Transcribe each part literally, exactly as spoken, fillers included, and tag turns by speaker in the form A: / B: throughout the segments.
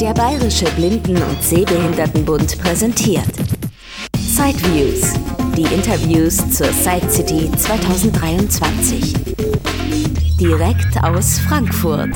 A: Der Bayerische Blinden- und Sehbehindertenbund präsentiert Sideviews, die Interviews zur Side City zwanzig dreiundzwanzig. Direkt aus Frankfurt.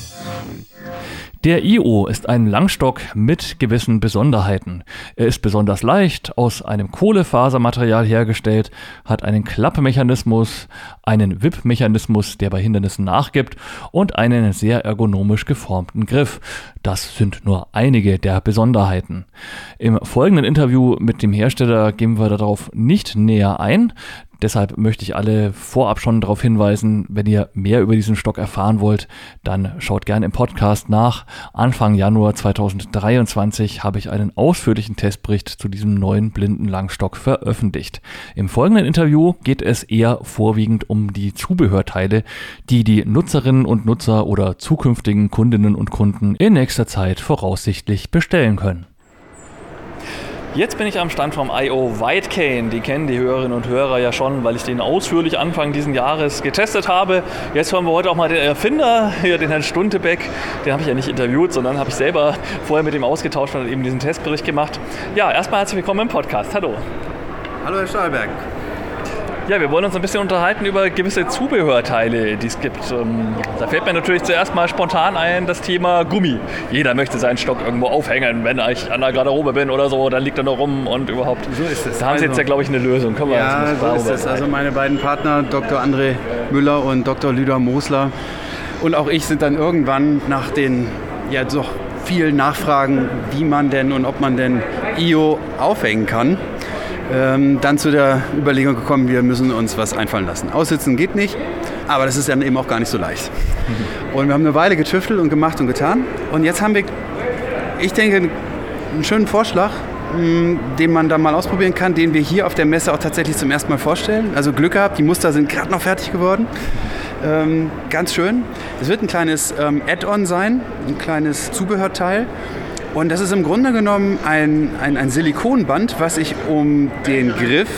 B: Der I O ist ein Langstock mit gewissen Besonderheiten. Er ist besonders leicht, aus einem Kohlefasermaterial hergestellt, hat einen Klappmechanismus, einen Wippmechanismus, der bei Hindernissen nachgibt und einen sehr ergonomisch geformten Griff. Das sind nur einige der Besonderheiten. Im folgenden Interview mit dem Hersteller gehen wir darauf nicht näher ein. Deshalb möchte ich alle vorab schon darauf hinweisen, wenn ihr mehr über diesen Stock erfahren wollt, dann schaut gerne im Podcast nach. Anfang Januar zwanzig dreiundzwanzig habe ich einen ausführlichen Testbericht zu diesem neuen blinden Langstock veröffentlicht. Im folgenden Interview geht es eher vorwiegend um die Zubehörteile, die die Nutzerinnen und Nutzer oder zukünftigen Kundinnen und Kunden in nächster Zeit voraussichtlich bestellen können. Jetzt bin ich am Stand vom I O Widecane. Die kennen die Hörerinnen und Hörer ja schon, weil ich den ausführlich Anfang dieses Jahres getestet habe. Jetzt hören wir heute auch mal den Erfinder, hier den Herrn Stuntebeck. Den habe ich ja nicht interviewt, sondern habe ich selber vorher mit ihm ausgetauscht und eben diesen Testbericht gemacht. Ja, erstmal herzlich willkommen im Podcast. Hallo.
C: Hallo Herr Stahlberg.
B: Ja, wir wollen uns ein bisschen unterhalten über gewisse Zubehörteile, die es gibt. Da fällt mir natürlich zuerst mal spontan ein das Thema Gummi. Jeder möchte seinen Stock irgendwo aufhängen, wenn ich an der Garderobe bin oder so, dann liegt er noch rum und überhaupt.
C: So ist es.
B: Da haben
C: also,
B: Sie jetzt ja, glaube ich, eine Lösung. Können wir
C: ja, so ist es. Also meine beiden Partner, Doktor André Müller und Doktor Lüder Mosler und auch ich sind dann irgendwann nach den ja doch vielen Nachfragen, wie man denn und ob man denn I O aufhängen kann, Ähm, dann zu der Überlegung gekommen, wir müssen uns was einfallen lassen. Aussitzen geht nicht, aber das ist dann eben auch gar nicht so leicht. Mhm. Und wir haben eine Weile getüftelt und gemacht und getan. Und jetzt haben wir, ich denke, einen schönen Vorschlag, mh, den man dann mal ausprobieren kann, den wir hier auf der Messe auch tatsächlich zum ersten Mal vorstellen. Also Glück gehabt, die Muster sind gerade noch fertig geworden. Ähm, ganz schön. Es wird ein kleines ähm, Add-on sein, ein kleines Zubehörteil. Und das ist im Grunde genommen ein, ein, ein Silikonband, was ich um den Griff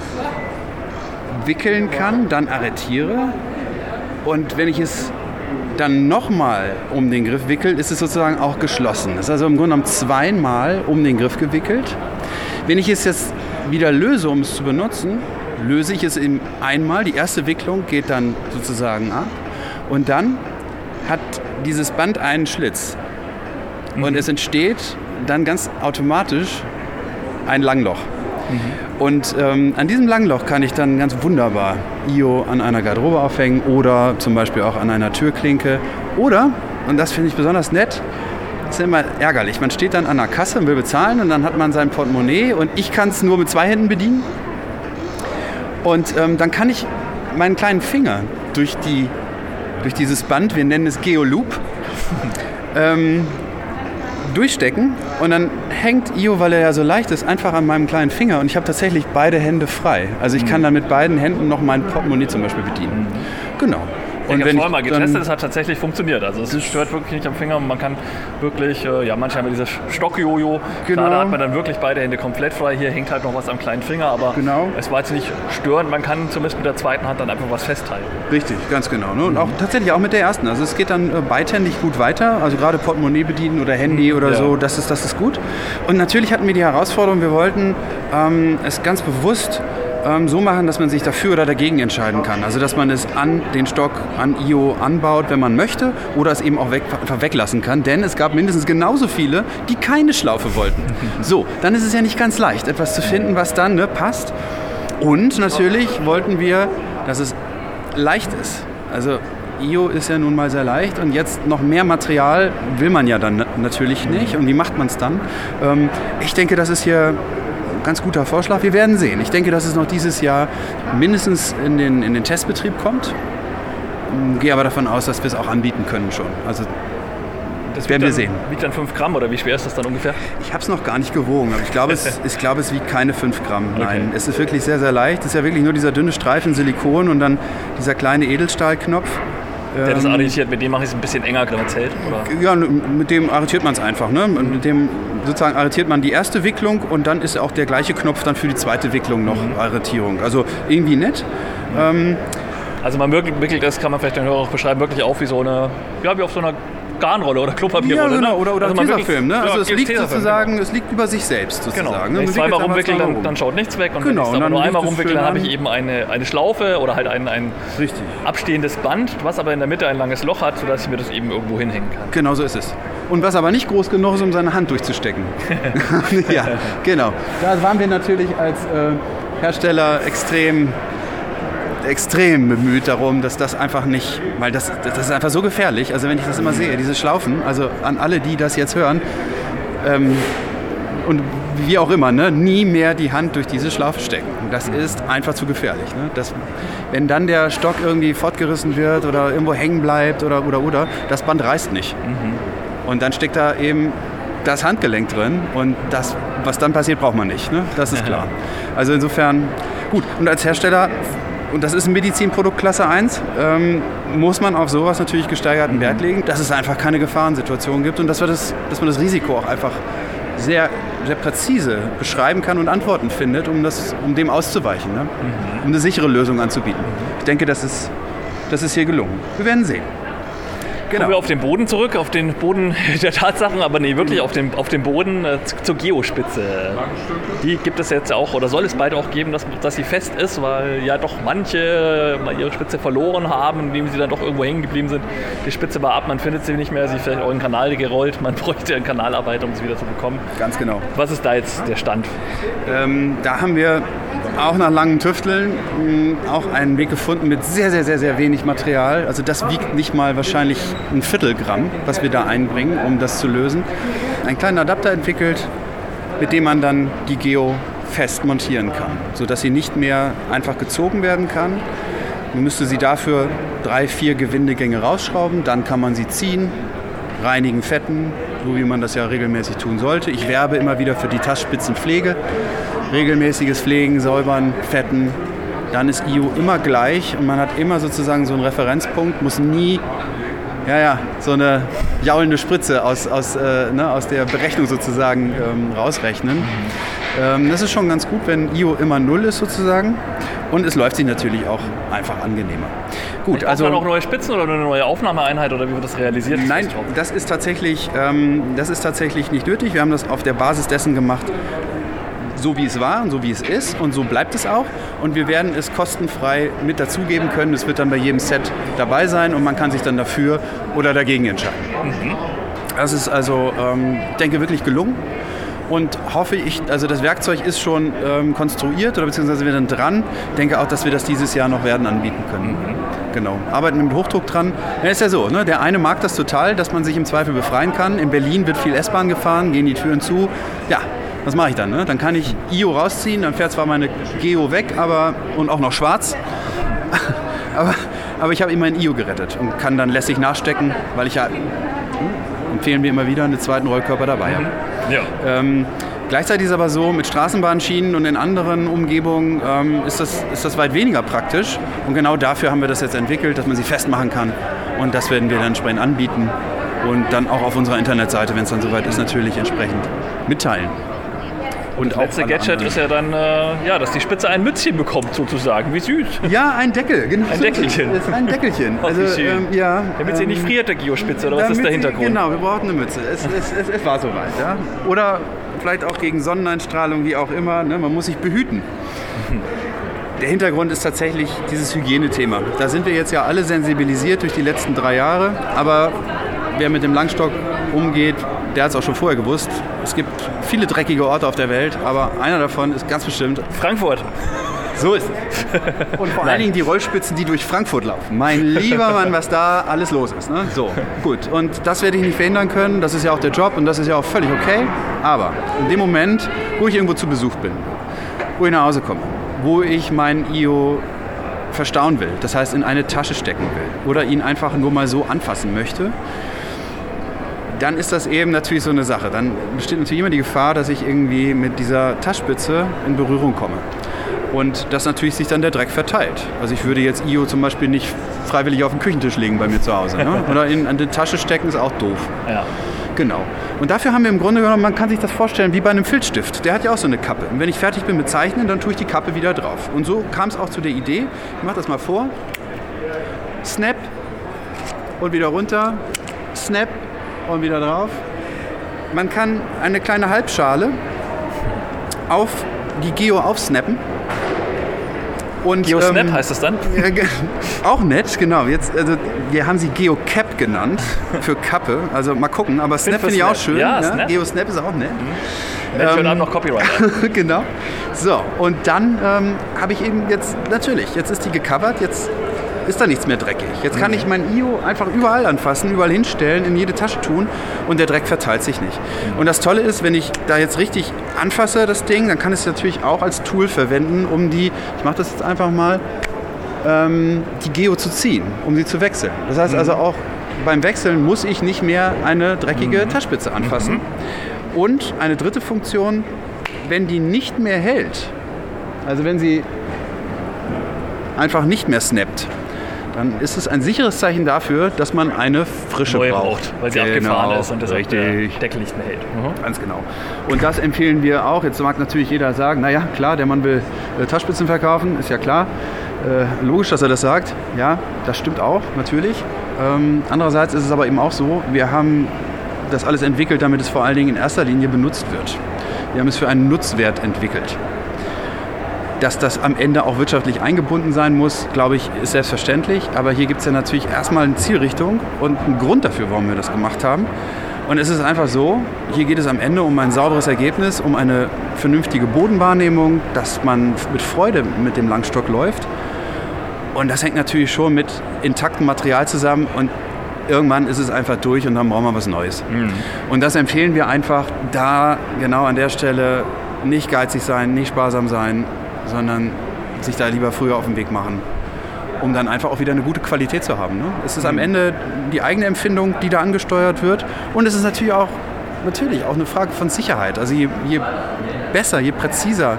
C: wickeln kann, dann arretiere. Und wenn ich es dann nochmal um den Griff wickel, ist es sozusagen auch geschlossen. Das ist also im Grunde genommen zweimal um den Griff gewickelt. Wenn ich es jetzt wieder löse, um es zu benutzen, löse ich es eben einmal. Die erste Wicklung geht dann sozusagen ab. Und dann hat dieses Band einen Schlitz. Und es entsteht dann ganz automatisch ein Langloch. Mhm. Und ähm, an diesem Langloch kann ich dann ganz wunderbar I O an einer Garderobe aufhängen oder zum Beispiel auch an einer Türklinke. Oder, und das finde ich besonders nett, das ist immer ärgerlich, man steht dann an der Kasse und will bezahlen und dann hat man sein Portemonnaie und ich kann es nur mit zwei Händen bedienen. Und ähm, dann kann ich meinen kleinen Finger durch, die, durch dieses Band, wir nennen es Geoloop, ähm, durchstecken und dann hängt I O, weil er ja so leicht ist, einfach an meinem kleinen Finger und ich habe tatsächlich beide Hände frei. Also ich kann dann mit beiden Händen noch mein Portemonnaie zum Beispiel bedienen. Genau.
B: Und ich habe es vorhin mal getestet, es hat tatsächlich funktioniert. Also es stört wirklich nicht am Finger und man kann wirklich, äh, ja manche haben ja dieses Stockjojo,
C: genau.
B: Klar, da hat man dann wirklich beide Hände komplett frei. Hier hängt halt noch was am kleinen Finger, aber
C: genau.
B: Es war jetzt nicht störend. Man kann zumindest mit der zweiten Hand dann einfach was festhalten.
C: Richtig, ganz genau. Ne? Und auch tatsächlich auch mit der ersten. Also es geht dann äh, beidhändig gut weiter. Also gerade Portemonnaie bedienen oder Handy oder ja. so, das ist, das ist gut. Und natürlich hatten wir die Herausforderung, wir wollten ähm, es ganz bewusst so machen, dass man sich dafür oder dagegen entscheiden kann. Also dass man es an den Stock, an I O anbaut, wenn man möchte, oder es eben auch weg, einfach weglassen kann. Denn es gab mindestens genauso viele, die keine Schlaufe wollten. So, dann ist es ja nicht ganz leicht, etwas zu finden, was dann ne, passt. Und natürlich wollten wir, dass es leicht ist. Also I O ist ja nun mal sehr leicht und jetzt noch mehr Material will man ja dann natürlich nicht. Und wie macht man es dann? Ähm, ich denke, das ist hier ganz guter Vorschlag. Wir werden sehen. Ich denke, dass es noch dieses Jahr mindestens in den, in den Testbetrieb kommt. Gehe aber davon aus, dass wir es auch anbieten können schon. Also das werden wir
B: dann,
C: sehen.
B: Wiegt dann fünf Gramm oder wie schwer ist das dann ungefähr?
C: Ich habe es noch gar nicht gewogen, aber ich glaube, es, ich glaube, es wiegt keine fünf Gramm. Nein, okay. Es ist wirklich sehr, sehr leicht. Es ist ja wirklich nur dieser dünne Streifen Silikon und dann dieser kleine Edelstahlknopf.
B: Der das arretiert, mit dem mache ich es ein bisschen enger, wenn man zählt? Oder?
C: Ja, mit dem arretiert man es einfach. Ne? Mhm. Mit dem sozusagen arretiert man die erste Wicklung und dann ist auch der gleiche Knopf dann für die zweite Wicklung noch mhm. Arretierung. Also irgendwie nett. Mhm. Ähm,
B: also man wickelt das, kann man vielleicht den Hörer auch beschreiben, wirklich auf wie so eine, ja, wie auf so einer Garnrolle oder Klopapierrolle.
C: Ja, genau,
B: ne?
C: oder, oder
B: also
C: Tesafilm. Ne? Also
B: ja,
C: es liegt
B: Tesafilm,
C: sozusagen,
B: genau.
C: es liegt über sich selbst sozusagen.
B: Genau.
C: Ne?
B: Wenn ich zweimal rumwickel, dann, dann schaut nichts weg. Und
C: genau,
B: wenn ich es aber nur einmal rumwickel, dann habe ich
C: an.
B: eben eine, eine Schlaufe oder halt ein, ein
C: Richtig.
B: abstehendes Band, was aber in der Mitte ein langes Loch hat, sodass ich mir das eben irgendwo hinhängen kann.
C: Genau so ist es. Und was aber nicht groß genug ist, um seine Hand durchzustecken. Ja, genau. Da waren wir natürlich als äh, Hersteller extrem extrem bemüht darum, dass das einfach nicht, weil das, das ist einfach so gefährlich, also wenn ich das immer sehe, diese Schlaufen, also an alle, die das jetzt hören, ähm, und wie auch immer, ne, nie mehr die Hand durch diese Schlaufe stecken. Das ist einfach zu gefährlich. Ne? Das, wenn dann der Stock irgendwie fortgerissen wird oder irgendwo hängen bleibt oder, oder, oder, das Band reißt nicht. Mhm. Und dann steckt da eben das Handgelenk drin und das, was dann passiert, braucht man nicht. Ne? Das ist klar. Also insofern, gut. Und als Hersteller, und das ist ein Medizinprodukt Klasse eins, ähm, muss man auf sowas natürlich gesteigerten Wert legen, dass es einfach keine Gefahrensituation gibt und dass, wir das, dass man das Risiko auch einfach sehr, sehr präzise beschreiben kann und Antworten findet, um, das, um dem auszuweichen, ne? Mhm. Um eine sichere Lösung anzubieten. Ich denke, das ist, das ist hier gelungen. Wir werden sehen.
B: Genau. Kommen wir auf den Boden zurück, auf den Boden der Tatsachen, aber nee, wirklich auf den, auf den Boden äh, zur Geospitze. Die gibt es jetzt auch, oder soll es bald auch geben, dass, dass sie fest ist, weil ja doch manche mal ihre Spitze verloren haben, indem sie dann doch irgendwo hängen geblieben sind. Die Spitze war ab, man findet sie nicht mehr, sie ist vielleicht auch in den Kanal gerollt, man bräuchte einen Kanalarbeiter, um sie wieder zu bekommen.
C: Ganz genau.
B: Was ist da jetzt der Stand?
C: Ähm, da haben wir auch nach langem Tüfteln mh, auch einen Weg gefunden mit sehr, sehr, sehr, sehr wenig Material. Also das wiegt nicht mal wahrscheinlich ein Viertelgramm, was wir da einbringen, um das zu lösen. Einen kleinen Adapter entwickelt, mit dem man dann die Geo fest montieren kann, sodass sie nicht mehr einfach gezogen werden kann. Man müsste sie dafür drei, vier Gewindegänge rausschrauben, dann kann man sie ziehen, reinigen, fetten, so wie man das ja regelmäßig tun sollte. Ich werbe immer wieder für die Taschenspitzenpflege. Regelmäßiges Pflegen, Säubern, Fetten, dann ist I O immer gleich und man hat immer sozusagen so einen Referenzpunkt, muss nie ja, ja, so eine jaulende Spritze aus, aus, äh, ne, aus der Berechnung sozusagen ähm, rausrechnen. Ähm, das ist schon ganz gut, wenn I O immer null ist sozusagen und es läuft sich natürlich auch einfach angenehmer. Gut,
B: also braucht man auch neue Spitzen oder eine neue Aufnahmeeinheit oder wie wird das realisiert?
C: Nein, das ist tatsächlich, ähm, das ist tatsächlich nicht nötig. Wir haben das auf der Basis dessen gemacht, so wie es war und so wie es ist und so bleibt es auch und wir werden es kostenfrei mit dazugeben können. Es wird dann bei jedem Set dabei sein und man kann sich dann dafür oder dagegen entscheiden. Mhm. Das ist also, ähm, denke wirklich gelungen und hoffe ich, also das Werkzeug ist schon ähm, konstruiert oder beziehungsweise wir sind dran. Ich denke auch, dass wir das dieses Jahr noch werden anbieten können. Mhm. Genau, arbeiten mit Hochdruck dran. Ja, ist ja so, ne? Der eine mag das total, dass man sich im Zweifel befreien kann. In Berlin wird viel S-Bahn gefahren, gehen die Türen zu. Ja, was mache ich dann? Ne? Dann kann ich I O rausziehen, dann fährt zwar meine Geo weg, aber und auch noch schwarz, aber, aber ich habe immerhin I O gerettet und kann dann lässig nachstecken, weil ich ja, hm, empfehlen wir immer wieder, einen zweiten Rollkörper dabei habe. Ja. Ähm, gleichzeitig ist aber so, mit Straßenbahnschienen und in anderen Umgebungen ähm, ist, das, ist das weit weniger praktisch und genau dafür haben wir das jetzt entwickelt, dass man sie festmachen kann und das werden wir dann entsprechend anbieten und dann auch auf unserer Internetseite, wenn es dann soweit ist, natürlich entsprechend mitteilen.
B: Und das letzte Gadget anderen. Ist ja dann, äh, ja, dass die Spitze ein Mützchen bekommt, sozusagen. Wie süß.
C: Ja, ein Deckel, genau.
B: Ein Deckelchen.
C: Das ist ein Deckelchen. Also, ähm, ja,
B: damit sie ähm, nicht friert, der Geospitze, oder was ist der Hintergrund?
C: Sie, genau, wir brauchen eine Mütze. Es, es, es, es war soweit, ja. Oder vielleicht auch gegen Sonneneinstrahlung, wie auch immer. Ne? Man muss sich behüten. Mhm. Der Hintergrund ist tatsächlich dieses Hygienethema. Da sind wir jetzt ja alle sensibilisiert durch die letzten drei Jahre. Aber wer mit dem Langstock umgeht, der hat es auch schon vorher gewusst. Es gibt viele dreckige Orte auf der Welt, aber einer davon ist ganz bestimmt
B: Frankfurt.
C: So ist es. Und vor allen Dingen die Rollspitzen, die durch Frankfurt laufen. Mein lieber Mann, was da alles los ist. Ne? So, gut. Und das werde ich nicht verhindern können. Das ist ja auch der Job und das ist ja auch völlig okay. Aber in dem Moment, wo ich irgendwo zu Besuch bin, wo ich nach Hause komme, wo ich meinen I O verstauen will, das heißt in eine Tasche stecken will oder ihn einfach nur mal so anfassen möchte, dann ist das eben natürlich so eine Sache. Dann besteht natürlich immer die Gefahr, dass ich irgendwie mit dieser Taschenspitze in Berührung komme. Und dass natürlich sich dann der Dreck verteilt. Also ich würde jetzt I O zum Beispiel nicht freiwillig auf den Küchentisch legen bei mir zu Hause. Ne? Oder in, in die Tasche stecken ist auch doof. Ja. Genau. Und dafür haben wir im Grunde genommen, man kann sich das vorstellen, wie bei einem Filzstift. Der hat ja auch so eine Kappe. Und wenn ich fertig bin mit Zeichnen, dann tue ich die Kappe wieder drauf. Und so kam es auch zu der Idee, ich mache das mal vor, Snap und wieder runter, Snap und wieder drauf. Man kann eine kleine Halbschale auf die Geo aufsnappen. Und,
B: Geo-Snap
C: ähm,
B: heißt das dann?
C: Auch nett, genau. Jetzt, also, wir haben sie Geo-Cap genannt, für Kappe. Also mal gucken, aber Snap finde ich auch schön.
B: Ja,
C: ja?
B: Snap.
C: Geo-Snap ist auch nett. Mhm.
B: Ähm, ähm, noch Copyright.
C: Genau. So, und dann ähm, habe ich eben jetzt, natürlich, jetzt ist die gecovert, jetzt ist da nichts mehr dreckig. Jetzt kann ich mein I O einfach überall anfassen, überall hinstellen, in jede Tasche tun und der Dreck verteilt sich nicht. Und das Tolle ist, wenn ich da jetzt richtig anfasse, das Ding, dann kann ich es natürlich auch als Tool verwenden, um die, ich mache das jetzt einfach mal, ähm, die Geo zu ziehen, um sie zu wechseln. Das heißt also auch beim Wechseln muss ich nicht mehr eine dreckige mhm. Taschenspitze anfassen. Mhm. Und eine dritte Funktion, wenn die nicht mehr hält, also wenn sie einfach nicht mehr snappt, dann ist es ein sicheres Zeichen dafür, dass man eine frische
B: Neue
C: braucht.
B: braucht, weil sie
C: genau.
B: abgefahren ist und das
C: Richtig.
B: Auch der Deckel nicht mehr hält. Mhm.
C: Ganz genau. Und das empfehlen wir auch. Jetzt mag natürlich jeder sagen, naja, klar, der Mann will äh, Taschenspitzen verkaufen, ist ja klar. Äh, logisch, dass er das sagt. Ja, das stimmt auch, natürlich. Ähm, andererseits ist es aber eben auch so, wir haben das alles entwickelt, damit es vor allen Dingen in erster Linie benutzt wird. Wir haben es für einen Nutzwert entwickelt. Dass das am Ende auch wirtschaftlich eingebunden sein muss, glaube ich, ist selbstverständlich. Aber hier gibt es ja natürlich erstmal eine Zielrichtung und einen Grund dafür, warum wir das gemacht haben. Und es ist einfach so, hier geht es am Ende um ein sauberes Ergebnis, um eine vernünftige Bodenwahrnehmung, dass man mit Freude mit dem Langstock läuft. Und das hängt natürlich schon mit intaktem Material zusammen und irgendwann ist es einfach durch und dann brauchen wir was Neues. Mhm. Und das empfehlen wir einfach, da genau an der Stelle nicht geizig sein, nicht sparsam sein, sondern sich da lieber früher auf den Weg machen, um dann einfach auch wieder eine gute Qualität zu haben. Ne? Es ist am Ende die eigene Empfindung, die da angesteuert wird und es ist natürlich auch, natürlich auch eine Frage von Sicherheit. Also je, je besser, je präziser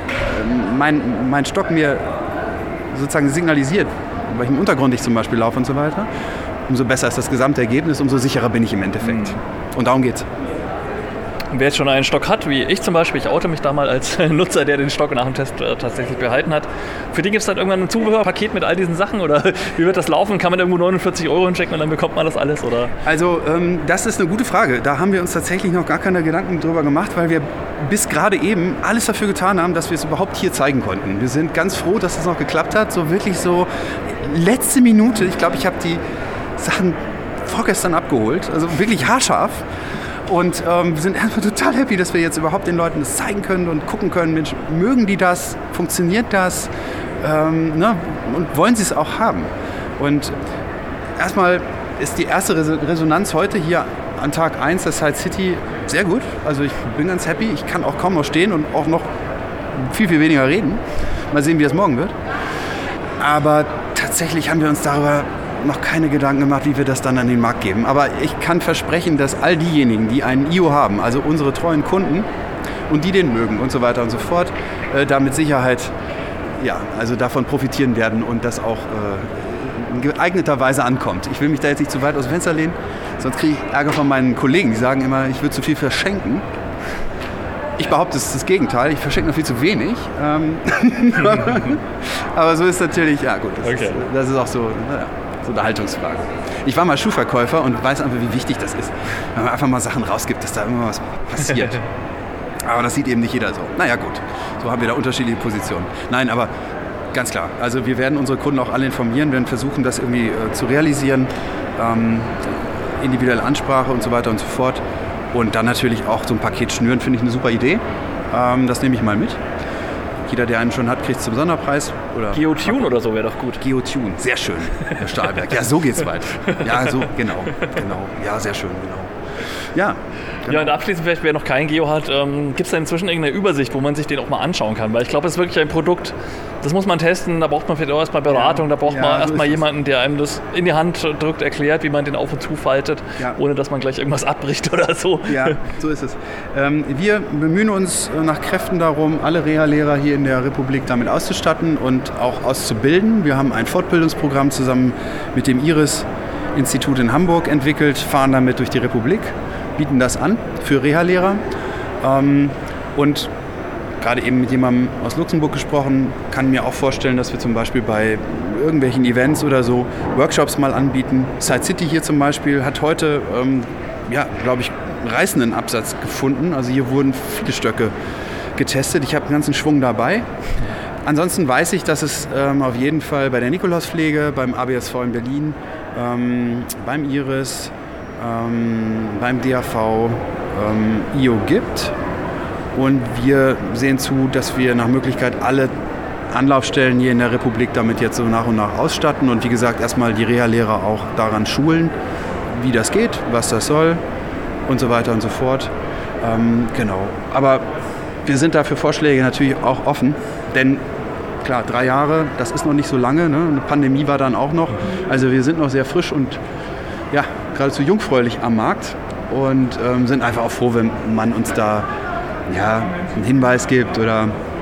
C: mein, mein Stock mir sozusagen signalisiert, in welchem Untergrund ich zum Beispiel laufe und so weiter, umso besser ist das gesamte Ergebnis, umso sicherer bin ich im Endeffekt. Mhm. Und darum geht's.
B: Und wer jetzt schon einen Stock hat, wie ich zum Beispiel, ich oute mich da mal als Nutzer, der den Stock nach dem Test äh, tatsächlich behalten hat, für die gibt es dann irgendwann ein Zubehörpaket mit all diesen Sachen oder wie wird das laufen? Kann man irgendwo neunundvierzig Euro hinchecken und dann bekommt man das alles? Oder?
C: Also ähm, das ist eine gute Frage. Da haben wir uns tatsächlich noch gar keine Gedanken drüber gemacht, weil wir bis gerade eben alles dafür getan haben, dass wir es überhaupt hier zeigen konnten. Wir sind ganz froh, dass es noch geklappt hat. So wirklich so letzte Minute. Ich glaube, ich habe die Sachen vorgestern abgeholt. Also wirklich haarscharf. Und ähm, wir sind einfach total happy, dass wir jetzt überhaupt den Leuten das zeigen können und gucken können, Mensch, mögen die das, funktioniert das ähm, ne? Und wollen sie es auch haben. Und erstmal ist die erste Resonanz heute hier an Tag eins der Side City sehr gut. Also ich bin ganz happy, ich kann auch kaum noch stehen und auch noch viel, viel weniger reden. Mal sehen, wie es morgen wird. Aber tatsächlich haben wir uns darüber noch keine Gedanken gemacht, wie wir das dann an den Markt geben. Aber ich kann versprechen, dass all diejenigen, die einen I O haben, also unsere treuen Kunden und die den mögen und so weiter und so fort, äh, da mit Sicherheit ja, also davon profitieren werden und das auch äh, in geeigneter Weise ankommt. Ich will mich da jetzt nicht zu weit aus dem Fenster lehnen, sonst kriege ich Ärger von meinen Kollegen, die sagen immer, ich würde zu viel verschenken. Ich behaupte, es ist das Gegenteil. Ich verschenke noch viel zu wenig. Ähm Aber so ist natürlich, ja gut, das, okay. ist, das ist auch so, naja, so eine Haltungsfrage. Ich war mal Schuhverkäufer und weiß einfach, wie wichtig das ist, wenn man einfach mal Sachen rausgibt, dass da immer was passiert. Aber das sieht eben nicht jeder so. Naja gut, so haben wir da unterschiedliche Positionen. Nein, aber ganz klar, also wir werden unsere Kunden auch alle informieren, werden versuchen, das irgendwie äh, zu realisieren, ähm, individuelle Ansprache und so weiter und so fort. Und dann natürlich auch so ein Paket schnüren, finde ich eine super Idee. Ähm, das nehme ich mal mit. Jeder, der einen schon hat, kriegt es zum Sonderpreis. Oder
B: Geotune oder so wäre doch gut.
C: Geotune, sehr schön, Herr Stahlberg. Ja, so geht's weiter. Ja, so, genau, genau. Ja, sehr schön, genau. Ja, genau.
B: Ja, und abschließend vielleicht, wer noch kein Geo hat, ähm, gibt es da inzwischen irgendeine Übersicht, wo man sich den auch mal anschauen kann? Weil ich glaube, das ist wirklich ein Produkt, das muss man testen, da braucht man vielleicht auch erstmal Beratung, ja, da braucht ja, man so erstmal jemanden, der einem das in die Hand drückt, erklärt, wie man den auf und zu faltet, ja, ohne dass man gleich irgendwas abbricht oder so.
C: Ja, so ist es. Ähm, wir bemühen uns nach Kräften darum, alle Reha-Lehrer hier in der Republik damit auszustatten und auch auszubilden. Wir haben ein Fortbildungsprogramm zusammen mit dem IRIS-Institut in Hamburg entwickelt, fahren damit durch die Republik, bieten das an für Reha-Lehrer. Ähm, und gerade eben mit jemandem aus Luxemburg gesprochen, kann mir auch vorstellen, dass wir zum Beispiel bei irgendwelchen Events oder so Workshops mal anbieten. Side City hier zum Beispiel hat heute, ähm, ja, glaube ich, reißenden Absatz gefunden. Also hier wurden viele Stöcke getestet. Ich habe einen ganzen Schwung dabei. Ansonsten weiß ich, dass es ähm, auf jeden Fall bei der Nikolauspflege, beim A B S V in Berlin, ähm, beim Iris, ähm, beim D A V ähm, I O gibt. Und wir sehen zu, dass wir nach Möglichkeit alle Anlaufstellen hier in der Republik damit jetzt so nach und nach ausstatten. Und wie gesagt, erstmal die Reha-Lehrer auch daran schulen, wie das geht, was das soll und so weiter und so fort. Ähm, genau. Aber wir sind da für Vorschläge natürlich auch offen, denn klar, drei Jahre, das ist noch nicht so lange, ne? Eine Pandemie war dann auch noch. Also wir sind noch sehr frisch und ja, geradezu jungfräulich am Markt und ähm, sind einfach auch froh, wenn man uns da ja, einen Hinweis gibt oder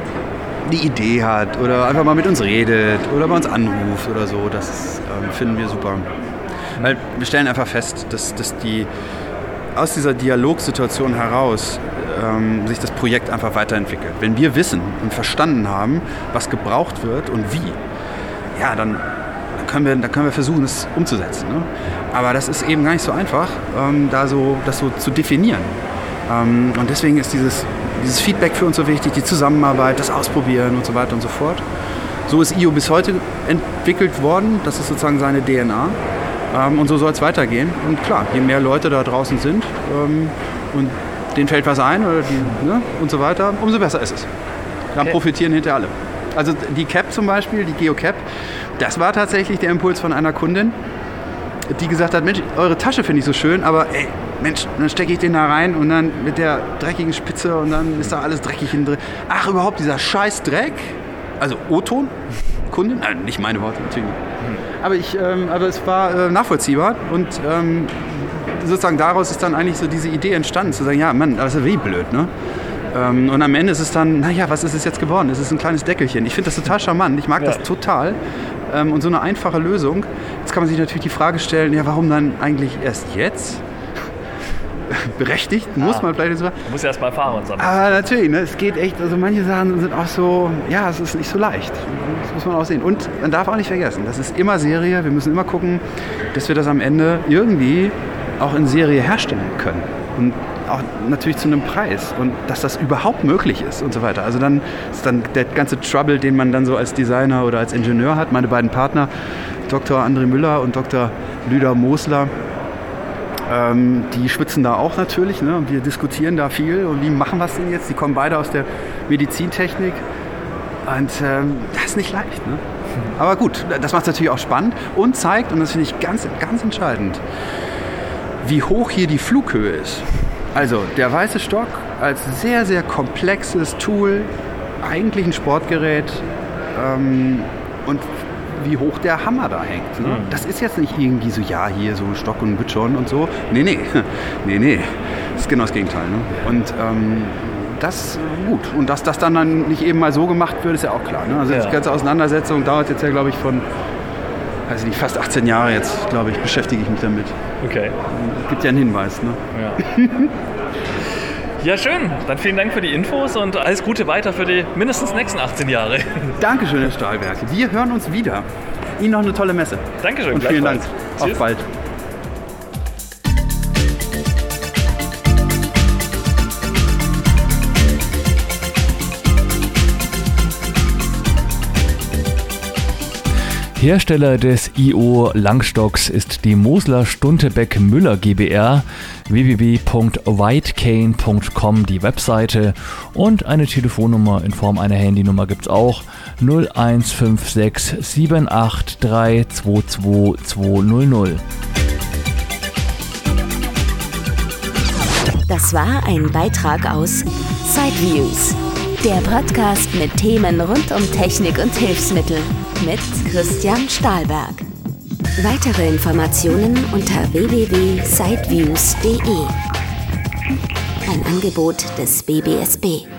C: eine Idee hat oder einfach mal mit uns redet oder bei uns anruft oder so. Das ähm, finden wir super. Weil wir stellen einfach fest, dass, dass die aus dieser Dialogsituation heraus ähm, sich das Projekt einfach weiterentwickelt. Wenn wir wissen und verstanden haben, was gebraucht wird und wie, ja, dann, dann, können, wir, dann können wir versuchen, es umzusetzen. Ne? Aber das ist eben gar nicht so einfach, ähm, da so, das so zu definieren. Ähm, und deswegen ist dieses, dieses Feedback für uns so wichtig, die Zusammenarbeit, das Ausprobieren und so weiter und so fort. So ist I O bis heute entwickelt worden. Das ist sozusagen seine D N A. Ähm, und so soll es weitergehen. Und klar, je mehr Leute da draußen sind ähm, und denen fällt was ein oder die, ne, und so weiter, umso besser ist es. Dann okay. Profitieren hinterher alle. Also die Cap zum Beispiel, die GeoCap, das war tatsächlich der Impuls von einer Kundin, die gesagt hat, Mensch, eure Tasche finde ich so schön, aber ey, Mensch, dann stecke ich den da rein und dann mit der dreckigen Spitze und dann ist da alles dreckig hinten drin. Ach, überhaupt dieser scheiß Dreck? Also O-Ton? Kundin? Nein, nicht meine Worte, natürlich nicht. Aber, ich, ähm, aber es war äh, nachvollziehbar und ähm, sozusagen daraus ist dann eigentlich so diese Idee entstanden, zu sagen, ja, Mann, das ist ja wie blöd, ne? Ähm, und am Ende ist es dann, naja, was ist es jetzt geworden? Es ist ein kleines Deckelchen. Ich finde das total charmant, ich mag ja. das total. Ähm, und so eine einfache Lösung. Jetzt kann man sich natürlich die Frage stellen, ja, warum dann eigentlich erst jetzt? Berechtigt, muss ah, man vielleicht so.
B: Man muss ja erst mal fahren und so.
C: Aber natürlich, ne, es geht echt, also manche Sachen sind auch so, ja, es ist nicht so leicht. Das muss man auch sehen. Und man darf auch nicht vergessen, das ist immer Serie. Wir müssen immer gucken, dass wir das am Ende irgendwie auch in Serie herstellen können. Und auch natürlich zu einem Preis. Und dass das überhaupt möglich ist und so weiter. Also dann ist dann der ganze Trouble, den man dann so als Designer oder als Ingenieur hat. Meine beiden Partner, Doktor André Müller und Doktor Lüder Mosler, Ähm, die schwitzen da auch natürlich, ne? Und wir diskutieren da viel und wie machen wir es denn jetzt? Die kommen beide aus der Medizintechnik und ähm, das ist nicht leicht. Ne? Aber gut, das macht es natürlich auch spannend und zeigt, und das finde ich ganz, ganz entscheidend, wie hoch hier die Flughöhe ist. Also der weiße Stock als sehr, sehr komplexes Tool, eigentlich ein Sportgerät ähm, und wie hoch der Hammer da hängt. Ne? Mhm. Das ist jetzt nicht irgendwie so, ja, hier so Stock und wird schon und so. Nee, nee, nee, nee. Das ist genau das Gegenteil. Ne? Und ähm, das gut. Und dass das dann, dann nicht eben mal so gemacht wird, ist ja auch klar. Ne? Also ja. Die ganze Auseinandersetzung dauert jetzt ja, glaube ich, von, weiß ich nicht, fast achtzehn Jahre jetzt, glaube ich, beschäftige ich mich damit.
B: Okay.
C: Gibt ja einen Hinweis. Ne?
B: Ja. Ja, schön. Dann vielen Dank für die Infos und alles Gute weiter für die mindestens nächsten achtzehn Jahre.
C: Dankeschön, Herr Stahlberg. Wir hören uns wieder. Ihnen noch eine tolle Messe.
B: Dankeschön.
C: Und vielen Dank.
B: Tschüss.
C: Auf bald.
B: Hersteller des I O Langstocks ist die Mosler Stuntebeck Müller GbR, w w w punkt whitecane punkt com die Webseite und eine Telefonnummer in Form einer Handynummer gibt's auch null eins fünf sechs sieben acht drei zwei zwei zwei null null.
A: Das war ein Beitrag aus Sideviews, der Podcast mit Themen rund um Technik und Hilfsmittel mit Christian Stahlberg. Weitere Informationen unter w w w punkt sideviews punkt d e. Ein Angebot des B B S B.